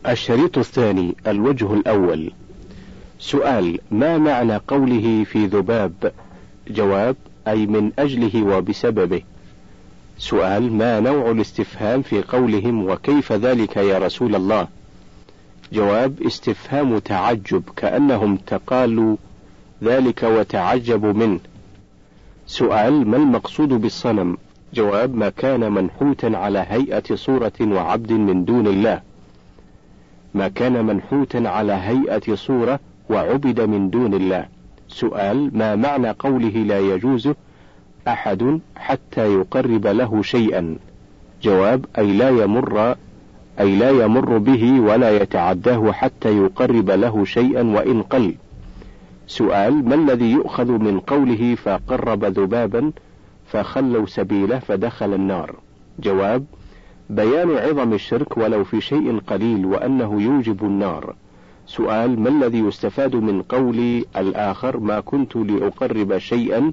الشريط الثاني. الوجه الأول. سؤال: ما معنى قوله في ذباب؟ جواب: أي من أجله وبسببه. سؤال: ما نوع الاستفهام في قولهم وكيف ذلك يا رسول الله؟ جواب: استفهام تعجب، كأنهم تقالوا ذلك وتعجبوا منه. سؤال: ما المقصود بالصنم؟ جواب: ما كان منحوتا على هيئة صورة وعبد من دون الله. ما كان منحوتا على هيئة صورة وعبد من دون الله. سؤال: ما معنى قوله لا يجوز أحد حتى يقرب له شيئا؟ جواب: أي لا يمر به ولا يتعداه حتى يقرب له شيئا وإن قل. سؤال: ما الذي يؤخذ من قوله فقرب ذبابا فخلوا سبيله فدخل النار؟ جواب: بيان عظم الشرك ولو في شيء قليل وأنه يوجب النار. سؤال: ما الذي يستفاد من قول الآخر ما كنت لأقرب شيئا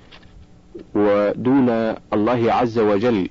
ودون الله عز وجل؟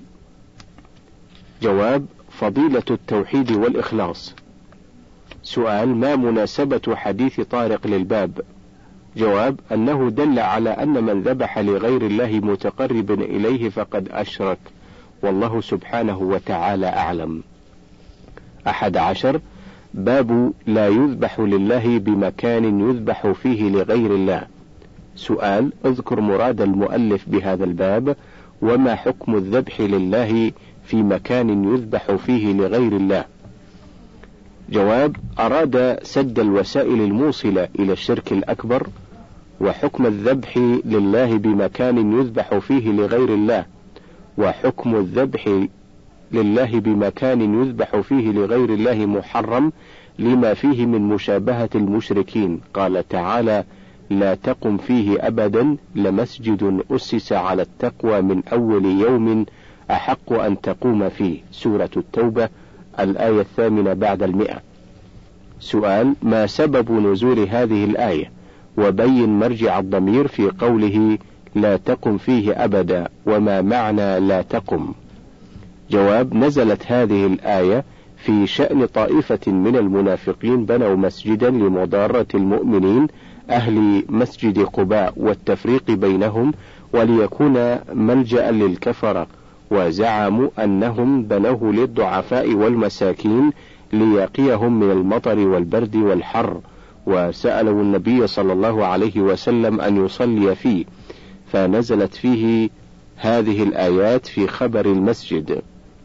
جواب: فضيلة التوحيد والإخلاص. سؤال: ما مناسبة حديث طارق للباب؟ جواب: أنه دل على أن من ذبح لغير الله متقربا إليه فقد أشرك، والله سبحانه وتعالى أعلم. 11. باب لا يذبح لله بمكان يذبح فيه لغير الله. سؤال: اذكر مراد المؤلف بهذا الباب، وما حكم الذبح لله في مكان يذبح فيه لغير الله؟ جواب: أراد سد الوسائل الموصلة إلى الشرك الأكبر، وحكم الذبح لله بمكان يذبح فيه لغير الله، وحكم الذبح لله بمكان يذبح فيه لغير الله محرم لما فيه من مشابهة المشركين. قال تعالى: لا تقم فيه أبدا لمسجد أسس على التقوى من أول يوم أحق أن تقوم فيه. سورة التوبة، الآية 8 بعد 100. سؤال: ما سبب نزول هذه الآية؟ وبين مرجع الضمير في قوله لا تقم فيه أبدا، وما معنى لا تقم؟ جواب: نزلت هذه الآية في شأن طائفة من المنافقين بنوا مسجدا لمضارة المؤمنين أهل مسجد قباء والتفريق بينهم وليكون ملجأ للكفرة، وزعموا أنهم بنوه للضعفاء والمساكين ليقيهم من المطر والبرد والحر، وسألوا النبي صلى الله عليه وسلم أن يصلي فيه، فنزلت فيه هذه الآيات في خبر المسجد،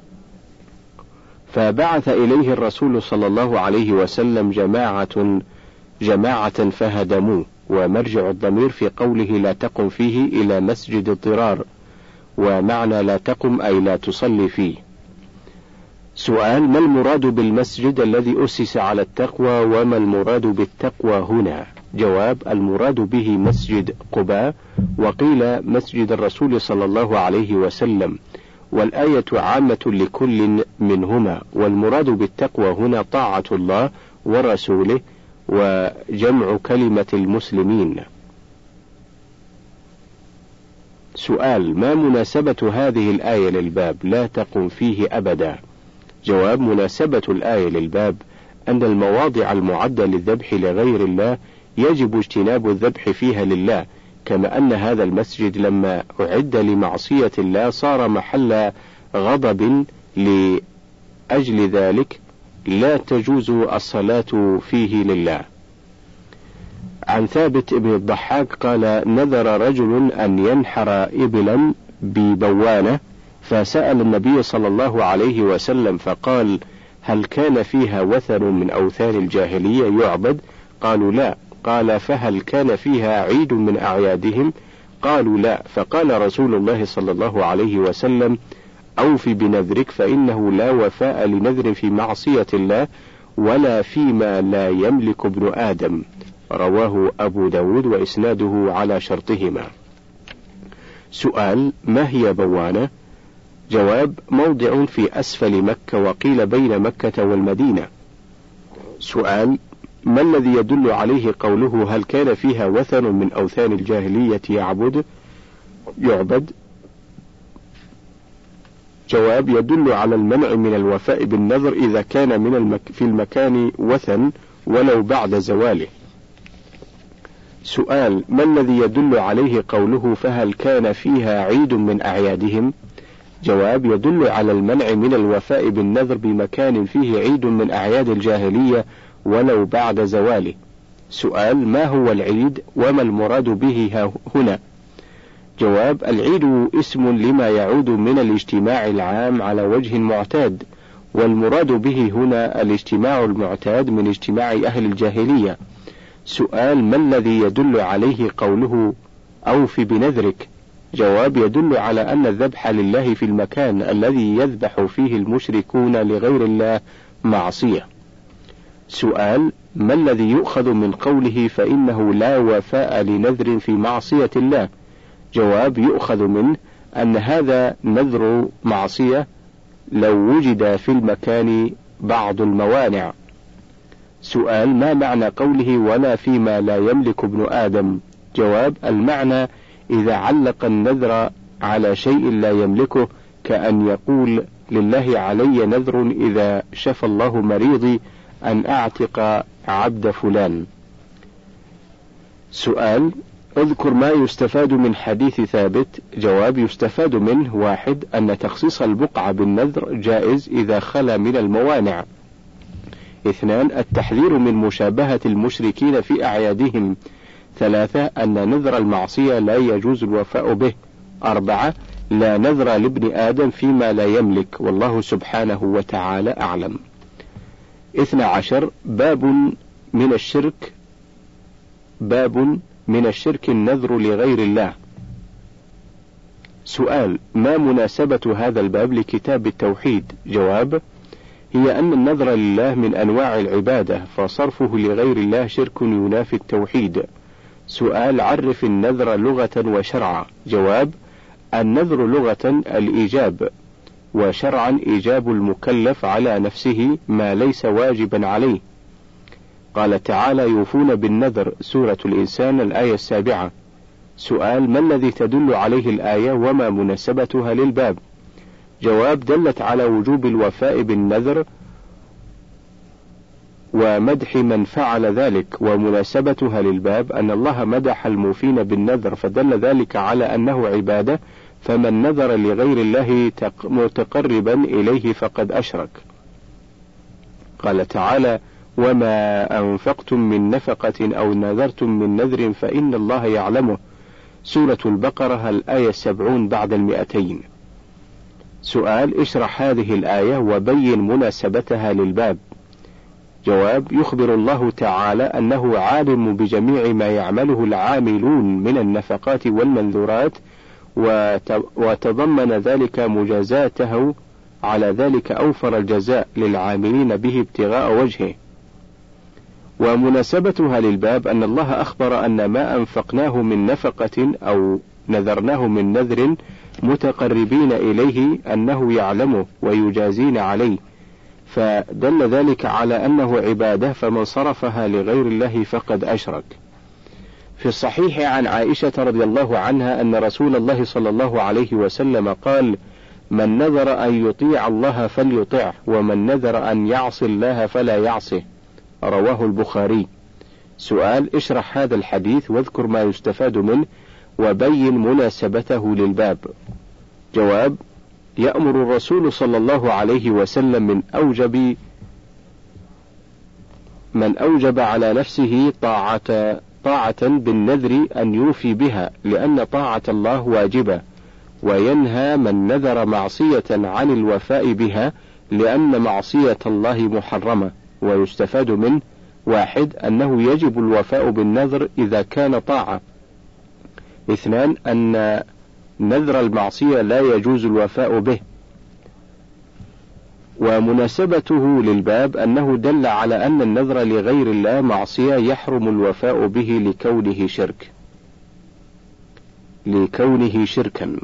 فبعث إليه الرسول صلى الله عليه وسلم جماعة فهدموه. ومرجع الضمير في قوله لا تقم فيه إلى مسجد الضرار، ومعنى لا تقم أي لا تصلي فيه. سؤال: ما المراد بالمسجد الذي أسس على التقوى، وما المراد بالتقوى هنا؟ جواب: المراد به مسجد قباء، وقيل مسجد الرسول صلى الله عليه وسلم، والآية عامة لكل منهما، والمراد بالتقوى هنا طاعة الله ورسوله وجمع كلمة المسلمين. سؤال: ما مناسبة هذه الآية للباب لا تقم فيه أبدا؟ جواب: مناسبة الآية للباب أن المواضع المعدة للذبح لغير الله يجب اجتناب الذبح فيها لله، كما أن هذا المسجد لما أعد لمعصية الله صار محل غضب، لأجل ذلك لا تجوز الصلاة فيه لله. عن ثابت بن الضحاك قال: نذر رجل أن ينحر إبلا ببوانة، فسأل النبي صلى الله عليه وسلم فقال: هل كان فيها وثن من أوثان الجاهلية يعبد؟ قالوا: لا. قال: فهل كان فيها عيد من أعيادهم؟ قالوا: لا. فقال رسول الله صلى الله عليه وسلم: أوف بنذرك، فإنه لا وفاء لنذر في معصية الله ولا فيما لا يملك ابن آدم. رواه أبو داود وإسناده على شرطهما. سؤال: ما هي بوانة؟ جواب: موضع في أسفل مكة، وقيل بين مكة والمدينة. سؤال: ما الذي يدل عليه قوله هل كان فيها وثن من أوثان الجاهلية يعبد؟ جواب: يدل على المنع من الوفاء بالنذر إذا كان في المكان وثن ولو بعد زواله. سؤال: ما الذي يدل عليه قوله فهل كان فيها عيد من أعيادهم؟ جواب: يدل على المنع من الوفاء بالنذر بمكان فيه عيد من أعياد الجاهلية ولو بعد زواله. سؤال: ما هو العيد وما المراد به هنا؟ جواب: العيد اسم لما يعود من الاجتماع العام على وجه معتاد، والمراد به هنا الاجتماع المعتاد من اجتماع أهل الجاهلية. سؤال: ما الذي يدل عليه قوله أوف بنذرك؟ جواب: يدل على أن الذبح لله في المكان الذي يذبح فيه المشركون لغير الله معصية. سؤال: ما الذي يؤخذ من قوله فإنه لا وفاء لنذر في معصية الله؟ جواب: يؤخذ منه أن هذا نذر معصية لو وجد في المكان بعض الموانع. سؤال: ما معنى قوله ولا فيما لا يملك ابن آدم؟ جواب: المعنى إذا علق النذر على شيء لا يملكه، كأن يقول لله علي نذر إذا شفى الله مريضي أن أعتق عبد فلان. سؤال: اذكر ما يستفاد من حديث ثابت. جواب: يستفاد منه: 1. أن تخصيص البقعة بالنذر جائز إذا خلا من الموانع. 2. التحذير من مشابهة المشركين في أعيادهم. 3. أن نذر المعصية لا يجوز الوفاء به. 4. لا نذر لابن آدم فيما لا يملك، والله سبحانه وتعالى أعلم. 12. باب من الشرك النذر لغير الله. سؤال: ما مناسبة هذا الباب لكتاب التوحيد؟ جواب: هي أن النذر لله من أنواع العبادة، فصرفه لغير الله شرك ينافي التوحيد. سؤال: عرف النذر لغة وشرعا. جواب: النذر لغة الإيجاب، وشرعا إيجاب المكلف على نفسه ما ليس واجبا عليه. قال تعالى: يوفون بالنذر، سورة الإنسان الآية 7. سؤال: ما الذي تدل عليه الآية وما مناسبتها للباب؟ جواب: دلت على وجوب الوفاء بالنذر ومدح من فعل ذلك، ومناسبتها للباب أن الله مدح الموفين بالنذر، فدل ذلك على أنه عبادة، فمن نذر لغير الله متقربا إليه فقد أشرك. قال تعالى: وما أنفقتم من نفقة أو نذرتم من نذر فإن الله يعلمه، سورة البقرة الآية 70 بعد 200. سؤال: اشرح هذه الآية وبين مناسبتها للباب. جواب: يخبر الله تعالى أنه عالم بجميع ما يعمله العاملون من النفقات والمنذورات، وتضمن ذلك مجازاته على ذلك أوفر الجزاء للعاملين به ابتغاء وجهه. ومناسبتها للباب أن الله أخبر أن ما أنفقناه من نفقة أو نذرناه من نذر متقربين إليه أنه يعلمه ويجازين عليه، فدل ذلك على أنه عبادة، فمن صرفها لغير الله فقد أشرك. في الصحيح عن عائشة رضي الله عنها أن رسول الله صلى الله عليه وسلم قال: من نذر أن يطيع الله فليطعه، ومن نذر أن يعصي الله فلا يعصه، رواه البخاري. سؤال: اشرح هذا الحديث واذكر ما يستفاد منه وبين مناسبته للباب. جواب: يأمر الرسول صلى الله عليه وسلم من أوجب على نفسه طاعة بالنذر أن يوفي بها، لأن طاعة الله واجبة، وينهى من نذر معصية عن الوفاء بها، لأن معصية الله محرمة. ويستفاد منه: 1. أنه يجب الوفاء بالنذر إذا كان طاعة. 2. أن نذر المعصية لا يجوز الوفاء به. ومناسبته للباب أنه دل على أن النذر لغير الله معصية يحرم الوفاء به لكونه شركا.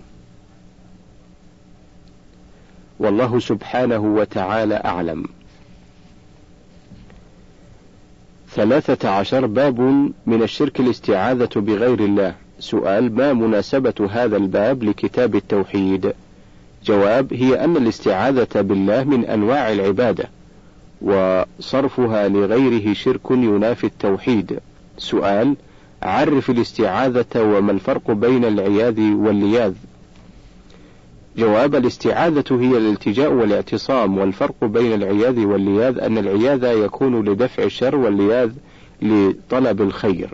والله سبحانه وتعالى أعلم. 13. باب من الشرك الاستعاذة بغير الله. سؤال: ما مناسبة هذا الباب لكتاب التوحيد؟ جواب: هي أن الاستعاذة بالله من أنواع العبادة، وصرفها لغيره شرك ينافي التوحيد. سؤال: عرف الاستعاذة وما الفرق بين العياذ واللياذ؟ جواب: الاستعاذة هي الالتجاء والاعتصام، والفرق بين العياذ واللياذ أن العياذ يكون لدفع الشر، واللياذ لطلب الخير.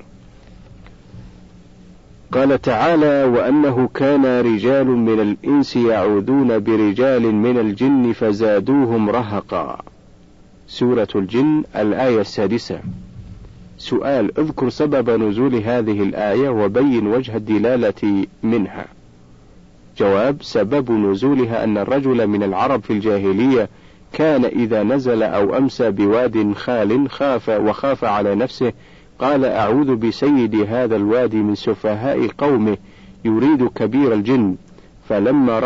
قال تعالى: وأنه كان رجال من الإنس يعوذون برجال من الجن فزادوهم رهقا. سورة الجن الآية 6. سؤال: اذكر سبب نزول هذه الآية وبين وجه الدلالة منها. جواب: سبب نزولها أن الرجل من العرب في الجاهلية كان إذا نزل أو أمسى بواد خال خاف على نفسه، قال: أعوذ بسيد هذا الوادي من سفهاء قومه يريد كبير الجن. فلما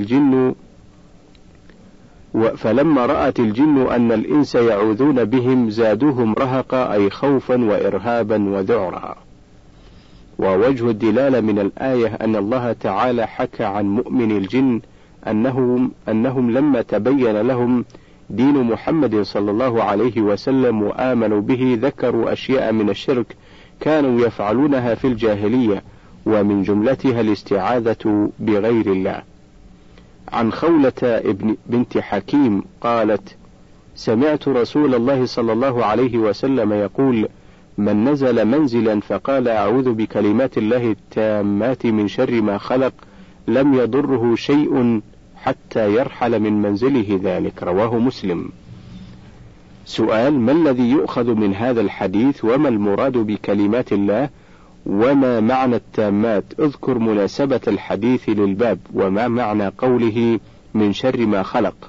رأت الجن أن الإنس يعوذون بهم زادوهم رهقا، أي خوفا وإرهابا وذعرا. ووجه الدلالة من الآية أن الله تعالى حكى عن مؤمن الجن أنهم لما تبين لهم دين محمد صلى الله عليه وسلم وآمنوا به ذكروا أشياء من الشرك كانوا يفعلونها في الجاهلية، ومن جملتها الاستعاذة بغير الله. عن خولة بنت حكيم قالت: سمعت رسول الله صلى الله عليه وسلم يقول: من نزل منزلا فقال أعوذ بكلمات الله التامات من شر ما خلق لم يضره شيء حتى يرحل من منزله ذلك. رواه مسلم. سؤال: ما الذي يؤخذ من هذا الحديث، وما المراد بكلمات الله، وما معنى التامات؟ اذكر مناسبة الحديث للباب، وما معنى قوله من شر ما خلق.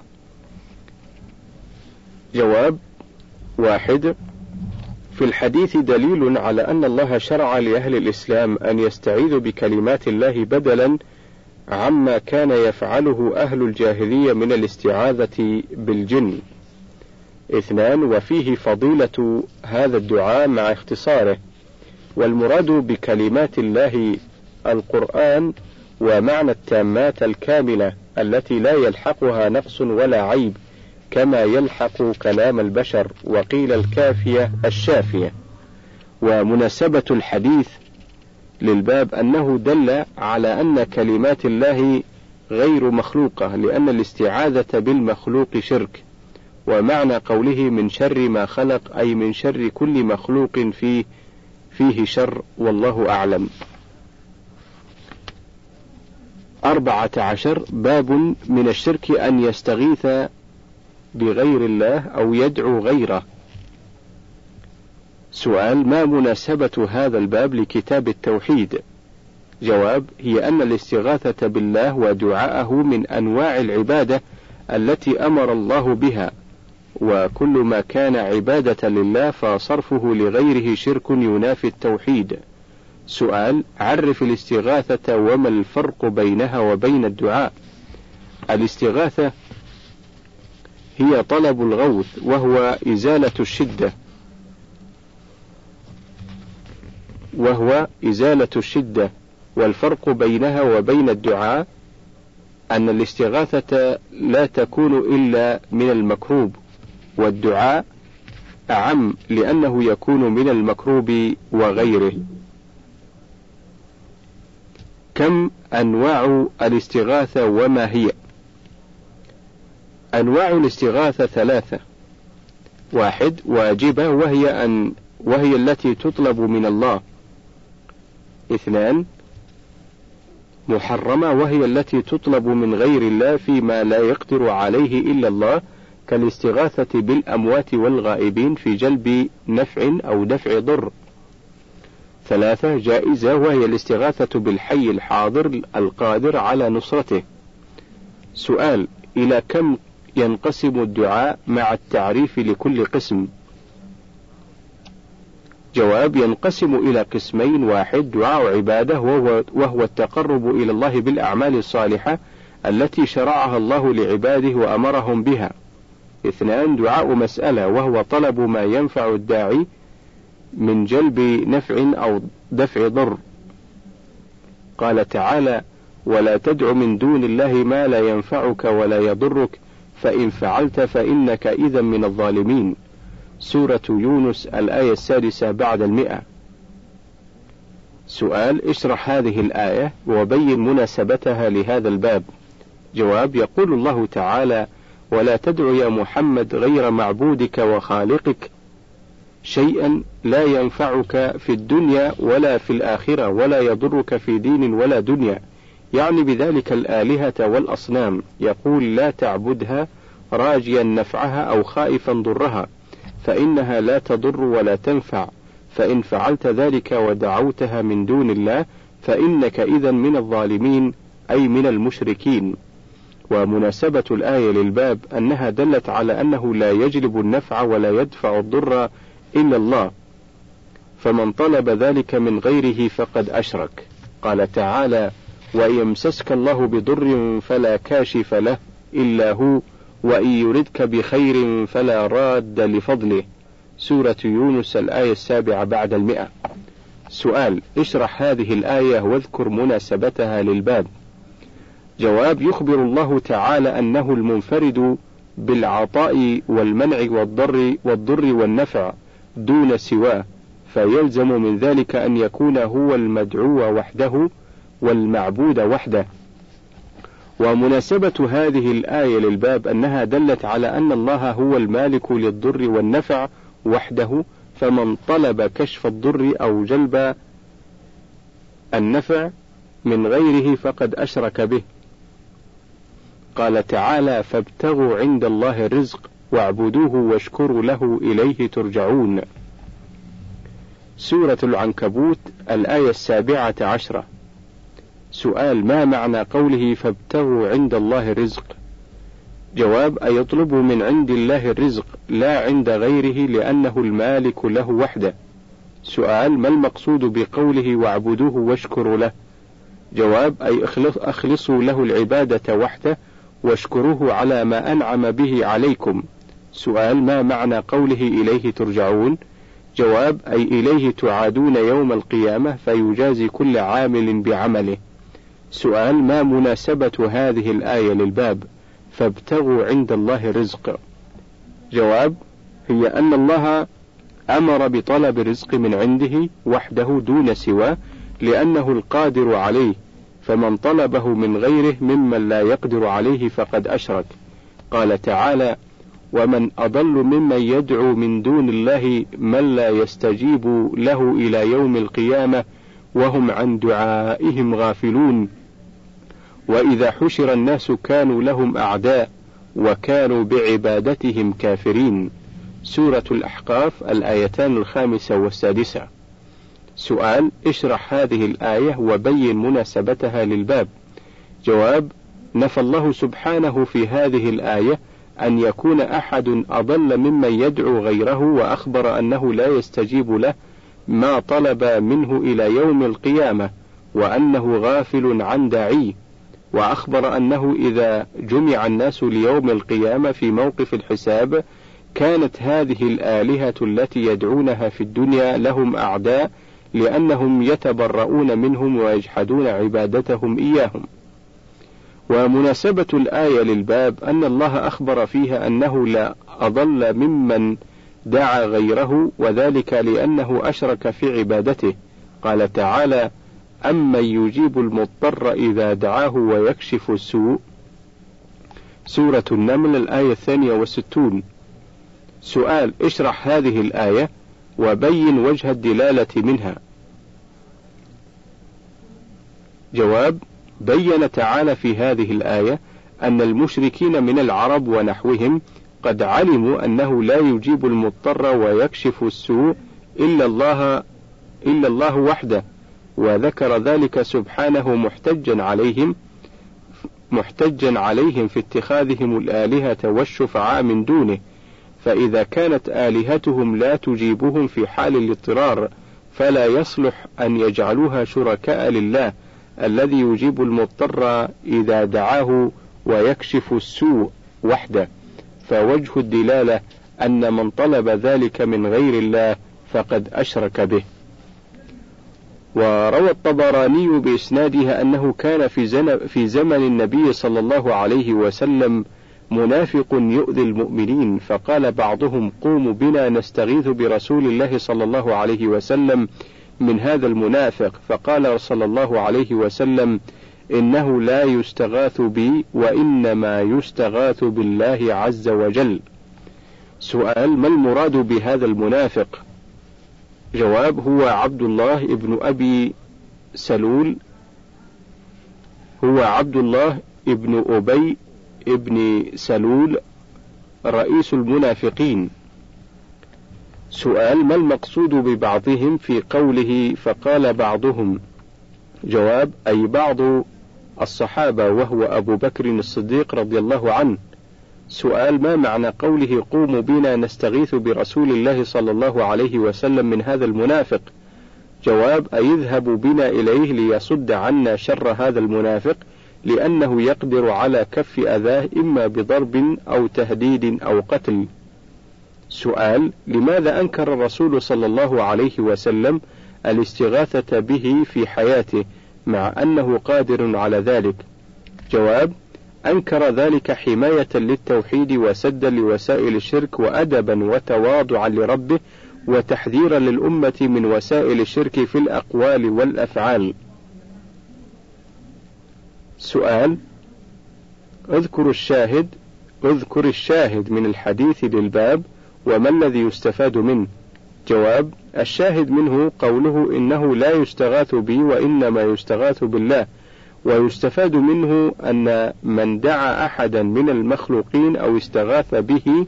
جواب: 1. في الحديث دليل على أن الله شرع لأهل الإسلام أن يستعيذوا بكلمات الله بدلا عما كان يفعله أهل الجاهلية من الاستعاذة بالجن. 2. وفيه فضيلة هذا الدعاء مع اختصاره، والمراد بكلمات الله القرآن، ومعنى التامات الكاملة التي لا يلحقها نقص ولا عيب كما يلحق كلام البشر، وقيل الكافية الشافية. ومناسبة الحديث للباب أنه دل على أن كلمات الله غير مخلوقة، لأن الاستعاذة بالمخلوق شرك. ومعنى قوله من شر ما خلق أي من شر كل مخلوق فيه شر، والله أعلم. 14. باب من الشرك أن يستغيث بغير الله أو يدعو غيره. سؤال: ما مناسبة هذا الباب لكتاب التوحيد؟ جواب: هي أن الاستغاثة بالله ودعاءه من أنواع العبادة التي أمر الله بها، وكل ما كان عبادة لله فصرفه لغيره شرك ينافي التوحيد. سؤال: عرف الاستغاثة وما الفرق بينها وبين الدعاء؟ الاستغاثة هي طلب الغوث وهو إزالة الشدة، والفرق بينها وبين الدعاء أن الاستغاثة لا تكون إلا من المكروب، والدعاء أعم لأنه يكون من المكروب وغيره. كم أنواع الاستغاثة وما هي؟ أنواع الاستغاثة 3. 1. واجبة وهي التي تطلب من الله. 2. محرمة وهي التي تطلب من غير الله فيما لا يقدر عليه إلا الله، كالاستغاثة بالأموات والغائبين في جلب نفع أو دفع ضر. 3. جائزة وهي الاستغاثة بالحي الحاضر القادر على نصرته. سؤال: إلى كم ينقسم الدعاء مع التعريف لكل قسم؟ جواب: ينقسم إلى قسمين: 1. دعاء عبادة وهو التقرب إلى الله بالأعمال الصالحة التي شرعها الله لعباده وأمرهم بها. 2. دعاء مسألة وهو طلب ما ينفع الداعي من جلب نفع أو دفع ضر. قال تعالى: ولا تدع من دون الله ما لا ينفعك ولا يضرك، فإن فعلت فإنك إذا من الظالمين. سورة يونس الآية 6 بعد 100. سؤال: اشرح هذه الآية وبين مناسبتها لهذا الباب. جواب: يقول الله تعالى: ولا تدع يا محمد غير معبودك وخالقك شيئا لا ينفعك في الدنيا ولا في الآخرة ولا يضرك في دين ولا دنيا، يعني بذلك الآلهة والأصنام. يقول: لا تعبدها راجيا نفعها أو خائفا ضرها، فإنها لا تضر ولا تنفع، فإن فعلت ذلك ودعوتها من دون الله فإنك إذا من الظالمين، أي من المشركين. ومناسبة الآية للباب أنها دلت على أنه لا يجلب النفع ولا يدفع الضر إلا الله، فمن طلب ذلك من غيره فقد أشرك. قال تعالى: وإن يمسسك الله بضر فلا كاشف له إلا هو، وإن يردك بخير فلا راد لفضله. سورة يونس الآية 7 بعد 100. سؤال: اشرح هذه الآية واذكر مناسبتها للباب. جواب: يخبر الله تعالى أنه المنفرد بالعطاء والمنع والضر والنفع دون سواه، فيلزم من ذلك أن يكون هو المدعو وحده والمعبود وحده. ومناسبة هذه الآية للباب أنها دلت على أن الله هو المالك للضر والنفع وحده، فمن طلب كشف الضر أو جلب النفع من غيره فقد أشرك به. قال تعالى: فابتغوا عند الله الرزق واعبدوه واشكروا له إليه ترجعون. سورة العنكبوت الآية 17. سؤال: ما معنى قوله فابتغوا عند الله الرزق؟ جواب: أي يطلبوا من عند الله الرزق لا عند غيره لأنه المالك له وحده. سؤال: ما المقصود بقوله واعبدوه واشكروا له؟ جواب: أي أخلصوا له العبادة وحده واشكروه على ما أنعم به عليكم. سؤال: ما معنى قوله إليه ترجعون؟ جواب: أي إليه تعادون يوم القيامة فيجازي كل عامل بعمله. سؤال: ما مناسبة هذه الآية للباب فابتغوا عند الله الرزق؟ جواب: هي أن الله أمر بطلب الرزق من عنده وحده دون سواه لأنه القادر عليه، فمن طلبه من غيره ممن لا يقدر عليه فقد أشرك. قال تعالى: ومن أضل ممن يدعو من دون الله من لا يستجيب له إلى يوم القيامة وهم عن دعائهم غافلون، وإذا حشر الناس كانوا لهم أعداء وكانوا بعبادتهم كافرين. سورة الأحقاف الآيتان 5 و6. سؤال: اشرح هذه الآية وبين مناسبتها للباب. جواب: نفى الله سبحانه في هذه الآية أن يكون أحد أضل ممن يدعو غيره، وأخبر أنه لا يستجيب له ما طلب منه إلى يوم القيامة، وأنه غافل عن داعيه، وأخبر أنه إذا جمع الناس ليوم القيامة في موقف الحساب كانت هذه الآلهة التي يدعونها في الدنيا لهم أعداء لأنهم يتبرؤون منهم ويجحدون عبادتهم إياهم. ومناسبة الآية للباب أن الله أخبر فيها أنه لا أضل ممن دعا غيره، وذلك لأنه أشرك في عبادته. قال تعالى: أمن يجيب المضطر إذا دعاه ويكشف السوء. سورة النمل الآية 62. سؤال: اشرح هذه الآية وبين وجه الدلالة منها. جواب: بين تعالى في هذه الآية أن المشركين من العرب ونحوهم قد علموا أنه لا يجيب المضطر ويكشف السوء إلا الله وحده، وذكر ذلك سبحانه محتجا عليهم في اتخاذهم الآلهة والشفعاء من دونه، فإذا كانت آلهتهم لا تجيبهم في حال الاضطرار فلا يصلح أن يجعلوها شركاء لله الذي يجيب المضطر إذا دعاه ويكشف السوء وحده، فوجه الدلالة أن من طلب ذلك من غير الله فقد أشرك به. وروى الطبراني بإسنادها أنه كان في زمن النبي صلى الله عليه وسلم منافق يؤذي المؤمنين، فقال بعضهم قوموا بنا نستغيث برسول الله صلى الله عليه وسلم من هذا المنافق، فقال صلى الله عليه وسلم إنه لا يستغاث بي وإنما يستغاث بالله عز وجل. سؤال: ما المراد بهذا المنافق؟ جواب: هو عبد الله ابن أبي سلول، هو عبد الله ابن أبي ابن سلول رئيس المنافقين. سؤال: ما المقصود ببعضهم في قوله فقال بعضهم؟ جواب: أي بعض الصحابة وهو أبو بكر الصديق رضي الله عنه. سؤال: ما معنى قوله قوموا بنا نستغيث برسول الله صلى الله عليه وسلم من هذا المنافق؟ جواب: أي اذهبوا بنا إليه ليصد عنا شر هذا المنافق، لأنه يقدر على كف أذاه إما بضرب أو تهديد أو قتل. سؤال: لماذا أنكر الرسول صلى الله عليه وسلم الاستغاثة به في حياته مع أنه قادر على ذلك؟ جواب: أنكر ذلك حماية للتوحيد وسدا لوسائل الشرك وأدبا وتواضعا لربه وتحذيرا للأمة من وسائل الشرك في الأقوال والأفعال. سؤال: اذكر الشاهد من الحديث للباب وما الذي يستفاد منه؟ جواب: الشاهد منه قوله إنه لا يستغاث بي وإنما يستغاث بالله، ويستفاد منه أن من دعا أحدا من المخلوقين أو استغاث به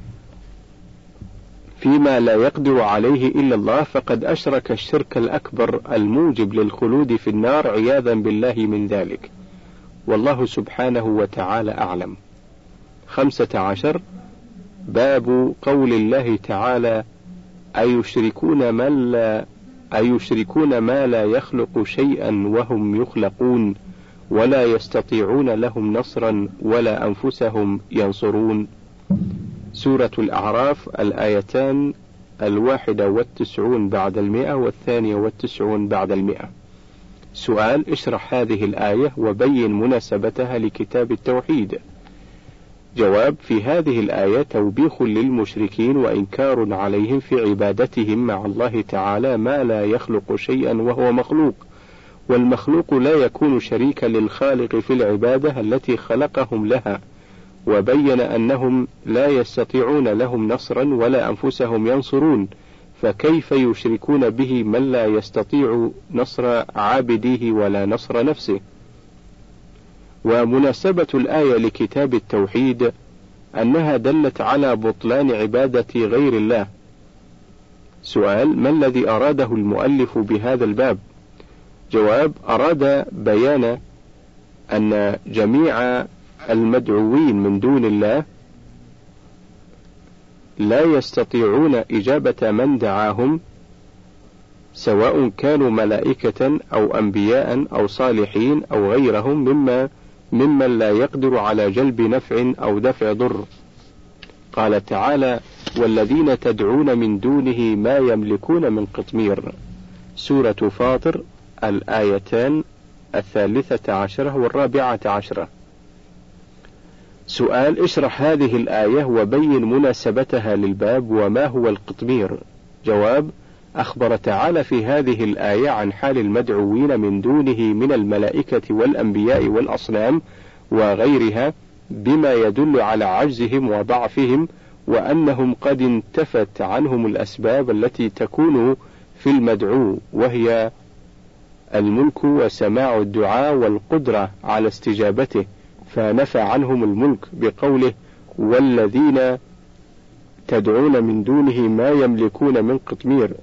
فيما لا يقدر عليه إلا الله فقد أشرك الشرك الأكبر الموجب للخلود في النار عياذا بالله من ذلك، والله سبحانه وتعالى أعلم. 15. باب قول الله تعالى: أيشركون ما لا يخلق شيئا وهم يخلقون ولا يستطيعون لهم نصرا ولا أنفسهم ينصرون. سورة الأعراف، الآيتان 91 بعد 100 و92 بعد 100. سؤال: اشرح هذه الآية وبين مناسبتها لكتاب التوحيد. جواب: في هذه الآية توبيخ للمشركين وإنكار عليهم في عبادتهم مع الله تعالى ما لا يخلق شيئا وهو مخلوق، والمخلوق لا يكون شريكا للخالق في العبادة التي خلقهم لها، وبين أنهم لا يستطيعون لهم نصرا ولا أنفسهم ينصرون، فكيف يشركون به من لا يستطيع نصر عابديه ولا نصر نفسه؟ ومناسبة الآية لكتاب التوحيد أنها دلت على بطلان عبادة غير الله. سؤال: ما الذي أراده المؤلف بهذا الباب؟ جواب: أراد بيان أن جميع المدعوين من دون الله لا يستطيعون إجابة من دعاهم، سواء كانوا ملائكة أو أنبياء أو صالحين أو غيرهم ممن لا يقدر على جلب نفع أو دفع ضر. قال تعالى: والذين تدعون من دونه ما يملكون من قطمير. سورة فاطر، الآيتان 13 و14. سؤال: اشرح هذه الآية وبين مناسبتها للباب وما هو القطمير. جواب: أخبر تعالى في هذه الآية عن حال المدعوين من دونه من الملائكة والأنبياء والأصنام وغيرها بما يدل على عجزهم وضعفهم، وأنهم قد انتفت عنهم الأسباب التي تكون في المدعو، وهي الملك وسماع الدعاء والقدرة على استجابته، فنفى عنهم الملك بقوله: والذين تدعون من دونه ما يملكون من قطمير،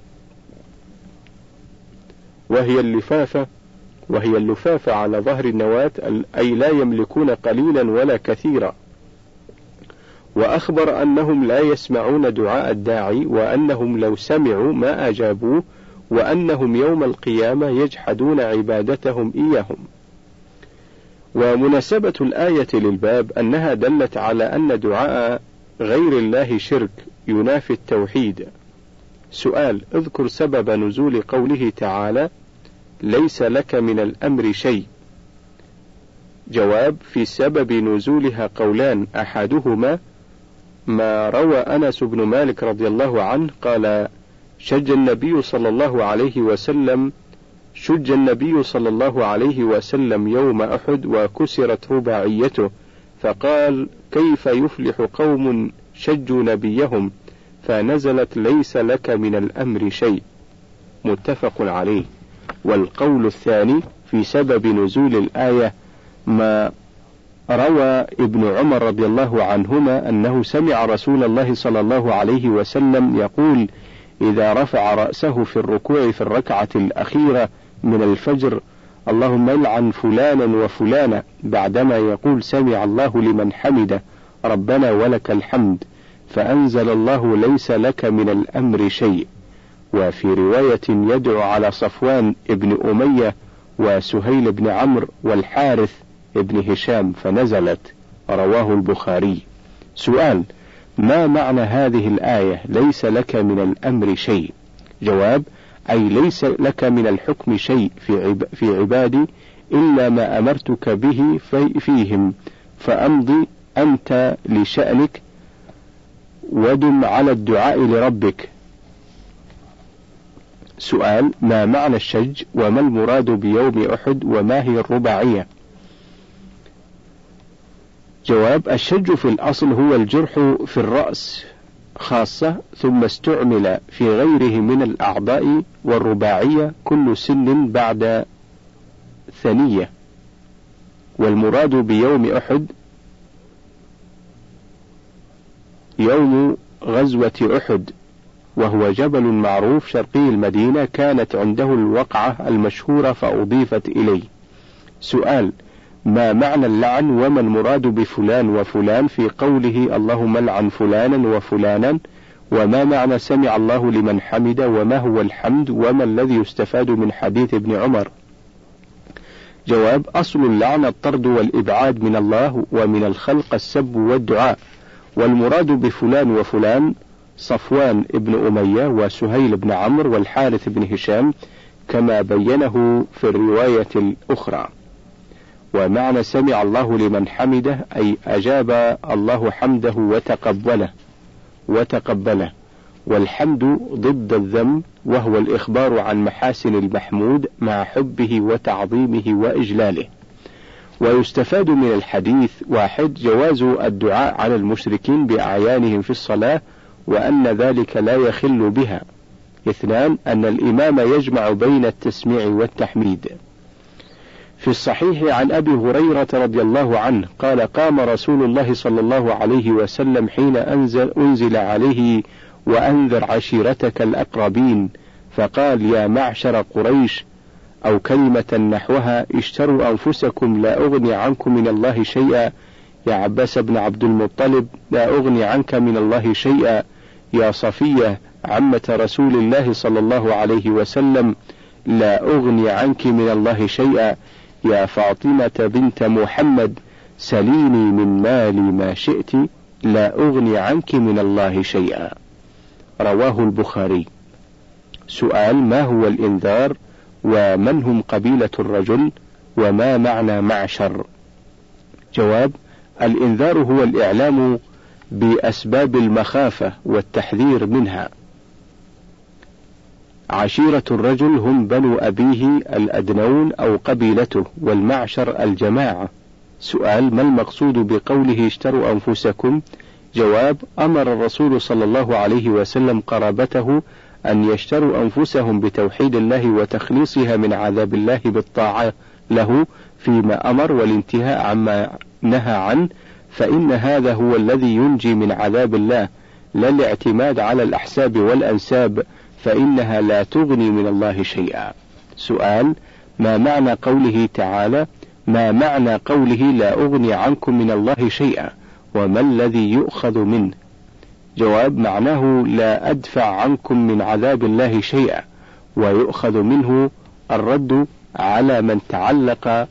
وهي اللفافة على ظهر النواة، أي لا يملكون قليلا ولا كثيرا. وأخبر أنهم لا يسمعون دعاء الداعي، وأنهم لو سمعوا ما أجابوه، وأنهم يوم القيامة يجحدون عبادتهم إياهم. ومناسبة الآية للباب أنها دلت على أن دعاء غير الله شرك ينافي التوحيد. سؤال: اذكر سبب نزول قوله تعالى: ليس لك من الأمر شيء؟ جواب: في سبب نزولها قولان، أحدهما ما روى أنس بن مالك رضي الله عنه قال: شج النبي صلى الله عليه وسلم يوم أحد وكسرت رباعيته، فقال: كيف يفلح قوم شجوا نبيهم؟ فنزلت: ليس لك من الأمر شيء، متفق عليه. والقول الثاني في سبب نزول الآية ما روى ابن عمر رضي الله عنهما أنه سمع رسول الله صلى الله عليه وسلم يقول: إذا رفع رأسه في الركوع في الركعة الأخيرة من الفجر: اللهم العن فلانا وفلانا، بعدما يقول: سمع الله لمن حمده ربنا ولك الحمد، فأنزل الله: ليس لك من الأمر شيء. وفي رواية يدعو على صفوان ابن أمية وسهيل بن عمرو والحارث ابن هشام فنزلت، رواه البخاري. سؤال: ما معنى هذه الآية ليس لك من الأمر شيء؟ جواب: أي ليس لك من الحكم شيء في عبادي إلا ما أمرتك به فيهم، فأمضي أنت لشأنك ودم على الدعاء لربك. سؤال: ما معنى الشج؟ وما المراد بيوم أحد؟ وما هي الرباعية؟ جواب: الشج في الأصل هو الجرح في الرأس خاصة، ثم استعمل في غيره من الأعضاء، والرباعية كل سن بعد ثنية. والمراد بيوم أحد يوم غزوة أحد، وهو جبل معروف شرقي المدينة، كانت عنده الوقعة المشهورة فأضيفت إليه. سؤال: ما معنى اللعن؟ وما المراد بفلان وفلان في قوله اللهم العن فلانا وفلانا؟ وما معنى سمع الله لمن حمد؟ وما هو الحمد؟ وما الذي يستفاد من حديث ابن عمر؟ جواب: أصل اللعن الطرد والإبعاد من الله ومن الخلق، السب والدعاء. والمراد بفلان وفلان صفوان ابن أمية وسهيل بن عمرو والحارث بن هشام، كما بينه في الرواية الأخرى. ومعنى سمع الله لمن حمده أي أجاب الله حمده وتقبله. والحمد ضد الذم، وهو الإخبار عن محاسن المحمود مع حبه وتعظيمه وإجلاله. ويستفاد من الحديث: 1. جواز الدعاء على المشركين بأعيانهم في الصلاة، وأن ذلك لا يخل بها. 2. أن الإمام يجمع بين التسميع والتحميد. في الصحيح عن أبي هريرة رضي الله عنه قال: قام رسول الله صلى الله عليه وسلم حين أنزل عليه: وأنذر عشيرتك الأقربين، فقال: يا معشر قريش، أو كلمة نحوها: اشتروا أنفسكم لا أغني عنكم من الله شيئا. يا عباس بن عبد المطلب، لا أغني عنك من الله شيئا. يا صفية عمة رسول الله صلى الله عليه وسلم، لا أغني عنك من الله شيئا. يا فاطمة بنت محمد، سليني من مالي ما شئت، لا أغني عنك من الله شيئا. رواه البخاري. سؤال: ما هو الإنذار؟ ومن هم قبيلة الرجل؟ وما معنى معشر؟ جواب: الإنذار هو الإعلام بأسباب المخافة والتحذير منها. عشيرة الرجل هم بنو أبيه الأدنون أو قبيلته، والمعشر الجماعة. سؤال: ما المقصود بقوله اشتروا أنفسكم؟ جواب: أمر الرسول صلى الله عليه وسلم قرابته أن يشتروا أنفسهم بتوحيد الله وتخليصها من عذاب الله بالطاعة له فيما أمر والانتهاء عما نهى عنه، فإن هذا هو الذي ينجي من عذاب الله، لا الاعتماد على الأحساب والأنساب، فإنها لا تغني من الله شيئا. سؤال: ما معنى قوله تعالى: ما معنى قوله لا أغني عنكم من الله شيئا؟ وما الذي يؤخذ منه؟ جواب: معناه لا أدفع عنكم من عذاب الله شيئا، ويؤخذ منه الرد على من تعلق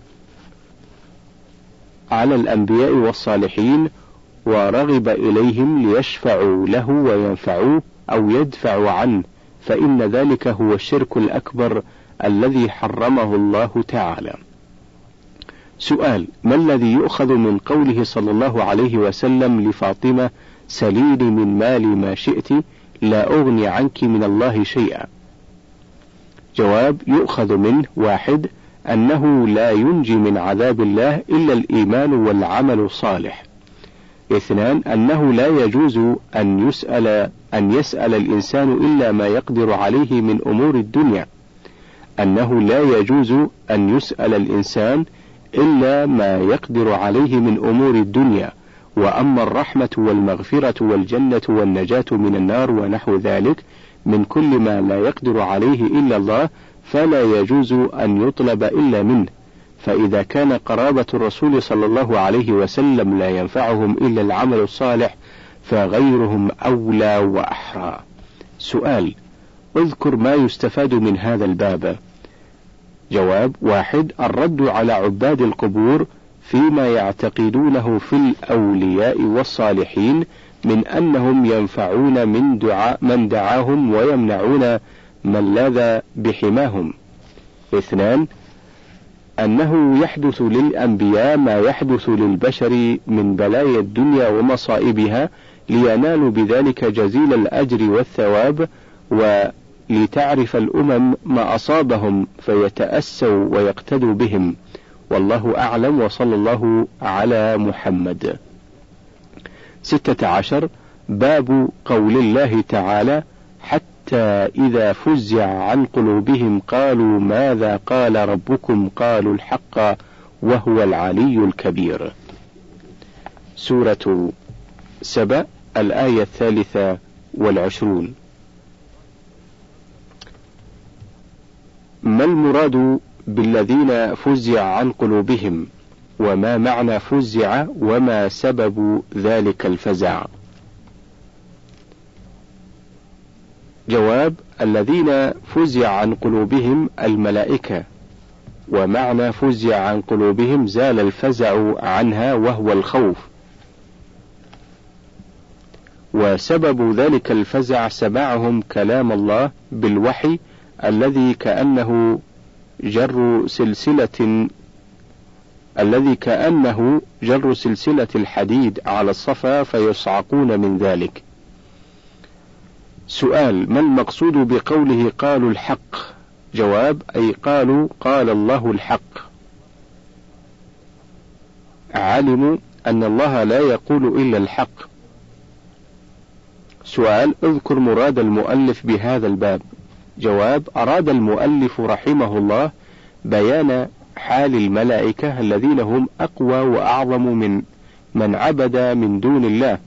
على الأنبياء والصالحين ورغب إليهم ليشفعوا له وينفعوه أو يدفعوا عنه، فإن ذلك هو الشرك الأكبر الذي حرمه الله تعالى. سؤال: ما الذي يؤخذ من قوله صلى الله عليه وسلم لفاطمة: سليني من مالي ما شئت لا أغني عنك من الله شيئا؟ جواب: يؤخذ منه: 1. أنه لا ينجي من عذاب الله إلا الإيمان والعمل الصالح. 2. أنه لا يجوز أن يسأل الإنسان إلا ما يقدر عليه من أمور الدنيا. أنه لا يجوز أن يسأل الإنسان إلا ما يقدر عليه من أمور الدنيا، وأما الرحمة والمغفرة والجنة والنجاة من النار ونحو ذلك من كل ما لا يقدر عليه إلا الله فلا يجوز أن يطلب إلا منه. فإذا كان قرابة الرسول صلى الله عليه وسلم لا ينفعهم إلا العمل الصالح فغيرهم أولى وأحرى. سؤال: اذكر ما يستفاد من هذا الباب. جواب: 1. الرد على عباد القبور فيما يعتقدونه في الأولياء والصالحين من أنهم ينفعون من دعاهم ويمنعون من لاذ بحماهم. 2. أنه يحدث للأنبياء ما يحدث للبشر من بلايا الدنيا ومصائبها لينالوا بذلك جزيل الأجر والثواب، ولتعرف الأمم ما أصابهم فيتأسوا ويقتدوا بهم. والله أعلم، وصلى الله على محمد. 16. باب قول الله تعالى: حتى إذا فزع عن قلوبهم قالوا ماذا قال ربكم قالوا الحق وهو العلي الكبير. سورة سبأ الآية 23. ما المراد بالذين فزع عن قلوبهم؟ وما معنى فزع وما سبب ذلك الفزع؟ جواب: الذين فزع عن قلوبهم الملائكة، ومعنى فزع عن قلوبهم زال الفزع عنها وهو الخوف. وسبب ذلك الفزع سماعهم كلام الله بالوحي الذي كأنه جر سلسلة الحديد على الصفا فيصعقون من ذلك. سؤال: ما المقصود بقوله قالوا الحق؟ جواب: أي قالوا قال الله الحق، علموا أن الله لا يقول إلا الحق. سؤال: اذكر مراد المؤلف بهذا الباب. جواب: أراد المؤلف رحمه الله بيان حال الملائكة الذين هم أقوى وأعظم من عبد من دون الله،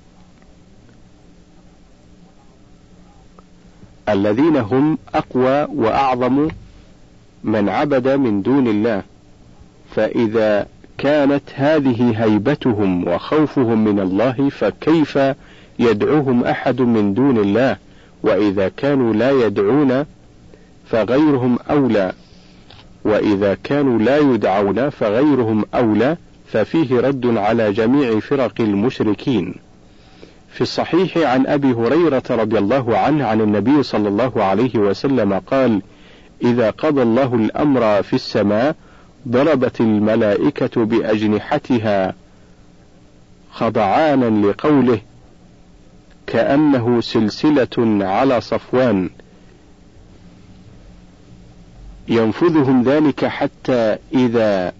الذين هم أقوى وأعظم من عبد من دون الله. فإذا كانت هذه هيبتهم وخوفهم من الله فكيف يدعوهم أحد من دون الله؟ وإذا كانوا لا يدعون فغيرهم أولى، وإذا كانوا لا يدعون فغيرهم أولى، ففيه رد على جميع فرق المشركين. في الصحيح عن أبي هريرة رضي الله عنه عن النبي صلى الله عليه وسلم قال: إذا قضى الله الأمر في السماء ضربت الملائكة بأجنحتها خضعانا لقوله كأنه سلسلة على صفوان، ينفذهم ذلك حتى إذا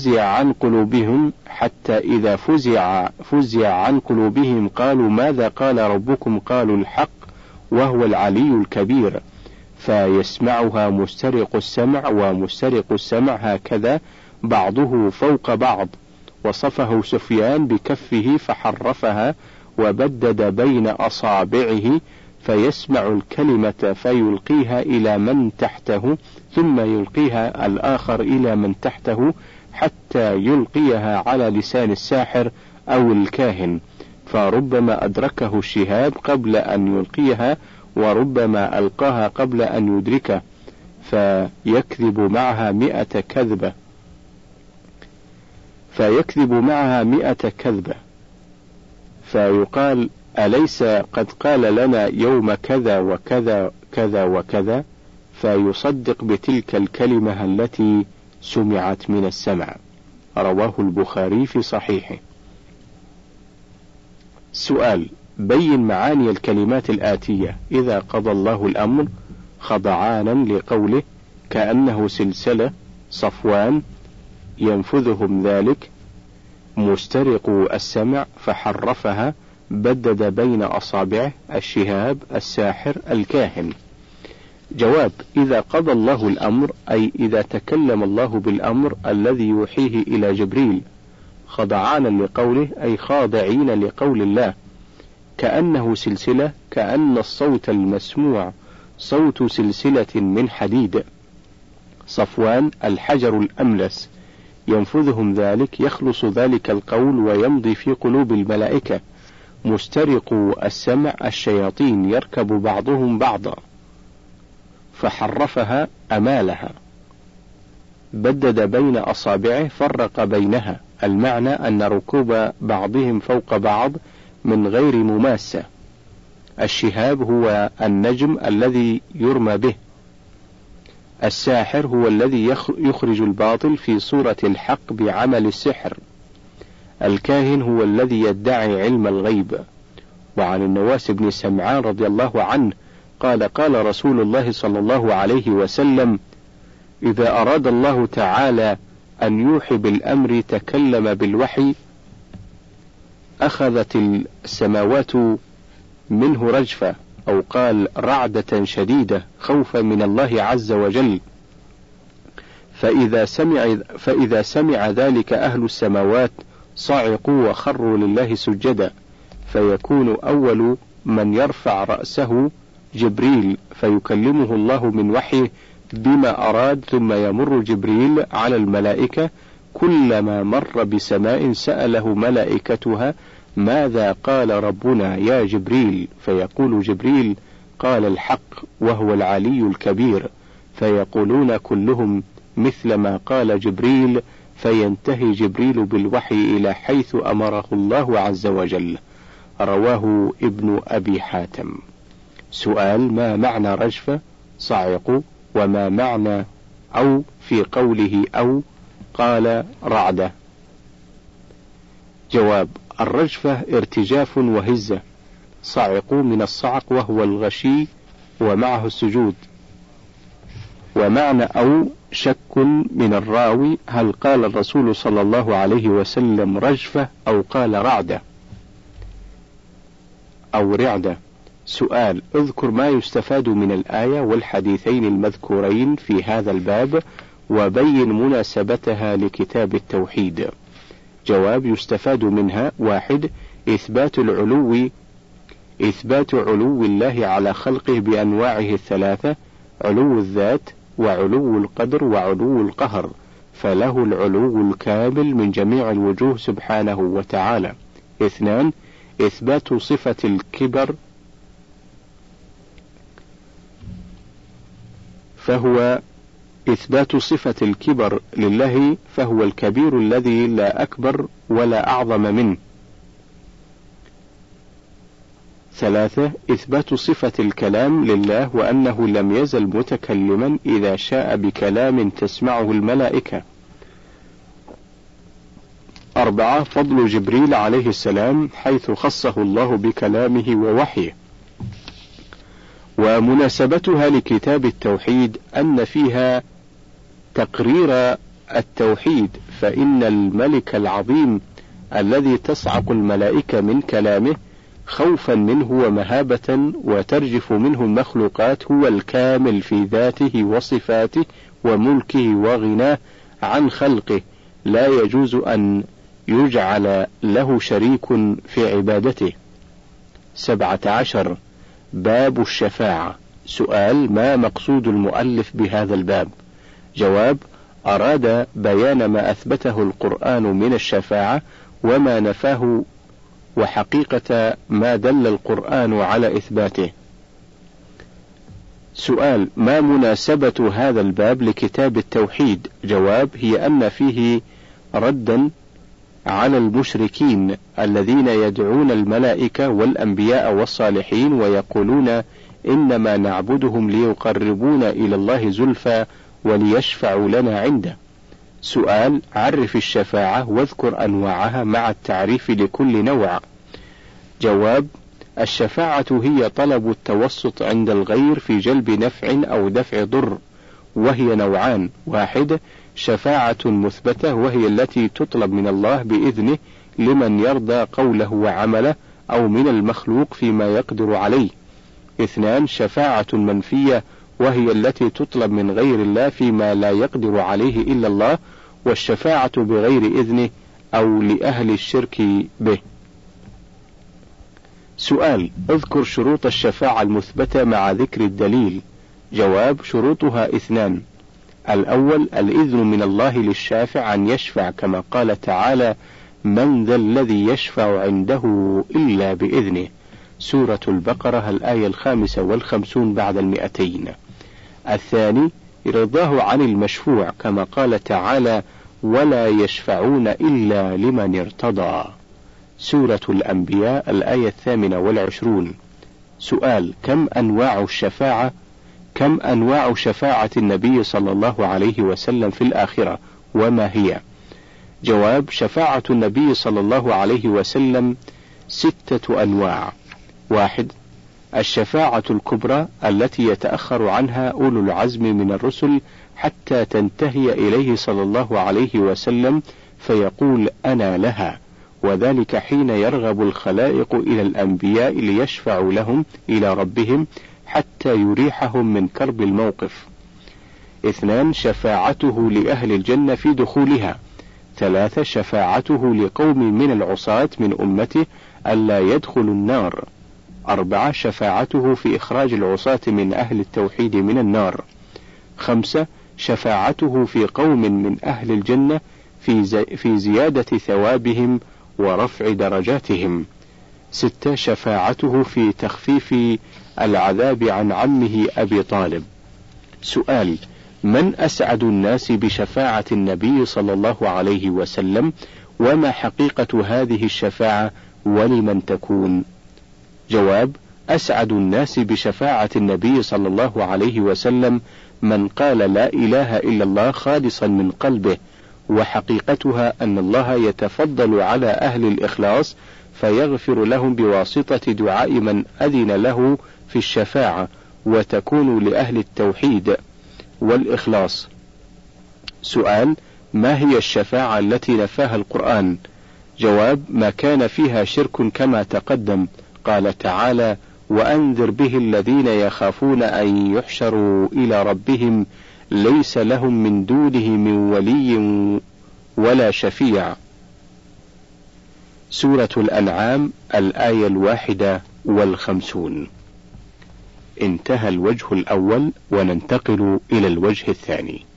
فزع عن قلوبهم قالوا ماذا قال ربكم قالوا الحق وهو العلي الكبير، فيسمعها مسترق السمع ومسترق السمع هكذا بعضه فوق بعض. وصفه سفيان بكفه فحرفها وبدد بين أصابعه، فيسمع الكلمة فيلقيها إلى من تحته ثم يلقيها الآخر إلى من تحته حتى يلقيها على لسان الساحر أو الكاهن، فربما أدركه الشهاب قبل أن يلقيها وربما ألقاها قبل أن يدركه، فيكذب معها 100 كذبة، فيقال: أليس قد قال لنا يوم كذا وكذا كذا وكذا؟ فيصدق بتلك الكلمة التي سمعت من السمع. رواه البخاري في صحيحه. سؤال: بين معاني الكلمات الآتية إذا قضى الله الأمر خضعانا لقوله كأنه سلسلة، صفوان، ينفذهم ذلك، مسترق السمع فحرفها، بدد بين أصابعه، الشهاب، الساحر، الكاهن. جواب: إذا قضى الله الأمر أي إذا تكلم الله بالأمر الذي يوحيه إلى جبريل، خضعانا لقوله أي خاضعين لقول الله، كأنه سلسلة، كأن الصوت المسموع صوت سلسلة من حديد، صفوان الحجر الأملس، ينفذهم ذلك يخلص ذلك القول ويمضي في قلوب الملائكة، مسترق السمع الشياطين يركب بعضهم بعضا، فحرفها أمالها، بدد بين أصابعه فرق بينها، المعنى أن ركوب بعضهم فوق بعض من غير مماسة. الشهاب هو النجم الذي يرمى به. الساحر هو الذي يخرج الباطل في صورة الحق بعمل السحر. الكاهن هو الذي يدعي علم الغيب. وعن النواس بن سمعان رضي الله عنه قال: قال رسول الله صلى الله عليه وسلم: إذا أراد الله تعالى أن يوحي بالأمر تكلم بالوحي، أخذت السماوات منه رجفة، أو قال رعدة شديدة خوفا من الله عز وجل، فإذا سمع ذلك أهل السماوات صعقوا وخروا لله سجدا، فيكون أول من يرفع رأسه جبريل فيكلمه الله من وحيه بما أراد، ثم يمر جبريل على الملائكة، كلما مر بسماء سأله ملائكتها: ماذا قال ربنا يا جبريل؟ فيقول جبريل: قال الحق وهو العلي الكبير، فيقولون كلهم مثل ما قال جبريل، فينتهي جبريل بالوحي إلى حيث أمره الله عز وجل. رواه ابن أبي حاتم. سؤال: ما معنى رجفة صعق؟ وما معنى أو في قوله أو قال رعدة؟ جواب: الرجفة ارتجاف وهزة، صعقوا من الصعق وهو الغشي ومعه السجود. ومعنى أو شك من الراوي هل قال الرسول صلى الله عليه وسلم رجفة أو قال رعدة أو رعدة. سؤال: اذكر ما يستفاد من الآية والحديثين المذكورين في هذا الباب وبين مناسبتها لكتاب التوحيد. جواب: يستفاد منها: 1. إثبات علو الله على خلقه بأنواعه الثلاثة، علو الذات وعلو القدر وعلو القهر، فله العلو الكامل من جميع الوجوه سبحانه وتعالى. 2. إثبات صفة الكبر، فهو إثبات صفة الكبر لله، فهو الكبير الذي لا أكبر ولا أعظم منه. 3. إثبات صفة الكلام لله، وأنه لم يزل متكلما إذا شاء بكلام تسمعه الملائكة. 4. فضل جبريل عليه السلام حيث خصه الله بكلامه ووحيه. ومناسبتها لكتاب التوحيد أن فيها تقرير التوحيد، فإن الملك العظيم الذي تصعق الملائكة من كلامه خوفا منه ومهابة وترجف منه المخلوقات هو الكامل في ذاته وصفاته وملكه وغناه عن خلقه، لا يجوز أن يجعل له شريك في عبادته. 17. باب الشفاعة. سؤال: ما مقصود المؤلف بهذا الباب؟ جواب: أراد بيان ما أثبته القرآن من الشفاعة وما نفاه، وحقيقة ما دل القرآن على إثباته. سؤال: ما مناسبة هذا الباب لكتاب التوحيد؟ جواب: هي أن فيه ردا على المشركين الذين يدعون الملائكة والأنبياء والصالحين ويقولون إنما نعبدهم ليقربونا إلى الله زلفى وليشفعوا لنا عنده. سؤال: عرف الشفاعة واذكر أنواعها مع التعريف لكل نوع. جواب: الشفاعة هي طلب التوسط عند الغير في جلب نفع أو دفع ضر، وهي نوعان: واحد شفاعة مثبتة وهي التي تطلب من الله بإذنه لمن يرضى قوله وعمله أو من المخلوق فيما يقدر عليه. اثنان شفاعة منفية وهي التي تطلب من غير الله فيما لا يقدر عليه إلا الله، والشفاعة بغير إذنه أو لأهل الشرك به. سؤال: اذكر شروط الشفاعة المثبتة مع ذكر الدليل. جواب: شروطها اثنان: الأول الإذن من الله للشافع أن يشفع، كما قال تعالى: من ذا الذي يشفع عنده إلا بإذنه، سورة البقرة الآية 55 بعد 200. الثاني رضاه عن المشفوع، كما قال تعالى: ولا يشفعون إلا لمن ارتضى، سورة الأنبياء الآية 28. سؤال: كم أنواع الشفاعة؟ كم أنواع شفاعة النبي صلى الله عليه وسلم في الآخرة، وما هي؟ جواب: شفاعة النبي صلى الله عليه وسلم 6 أنواع. واحد الشفاعة الكبرى التي يتأخر عنها أولو العزم من الرسل حتى تنتهي إليه صلى الله عليه وسلم فيقول أنا لها، وذلك حين يرغب الخلائق إلى الأنبياء ليشفعوا لهم إلى ربهم حتى يريحهم من كرب الموقف. 2 شفاعته لأهل الجنة في دخولها. 3 شفاعته لقوم من العصاة من أمته ألا يدخلوا النار. 4 شفاعته في إخراج العصاة من أهل التوحيد من النار. 5 شفاعته في قوم من أهل الجنة في زيادة ثوابهم ورفع درجاتهم. 6 شفاعته في تخفيف العذاب عن عمه أبي طالب. سؤال: من أسعد الناس بشفاعة النبي صلى الله عليه وسلم، وما حقيقة هذه الشفاعة ولمن تكون؟ جواب: أسعد الناس بشفاعة النبي صلى الله عليه وسلم من قال لا إله إلا الله خالصا من قلبه، وحقيقتها أن الله يتفضل على أهل الإخلاص فيغفر لهم بواسطة دعاء من أذن له في الشفاعة، وتكون لأهل التوحيد والإخلاص. سؤال: ما هي الشفاعة التي نفاها القرآن؟ جواب: ما كان فيها شرك كما تقدم. قال تعالى: وأنذر به الذين يخافون أن يحشروا إلى ربهم ليس لهم من دونه من ولي ولا شفيع، سورة الأنعام الآية 51. انتهى الوجه الأول، وننتقل إلى الوجه الثاني.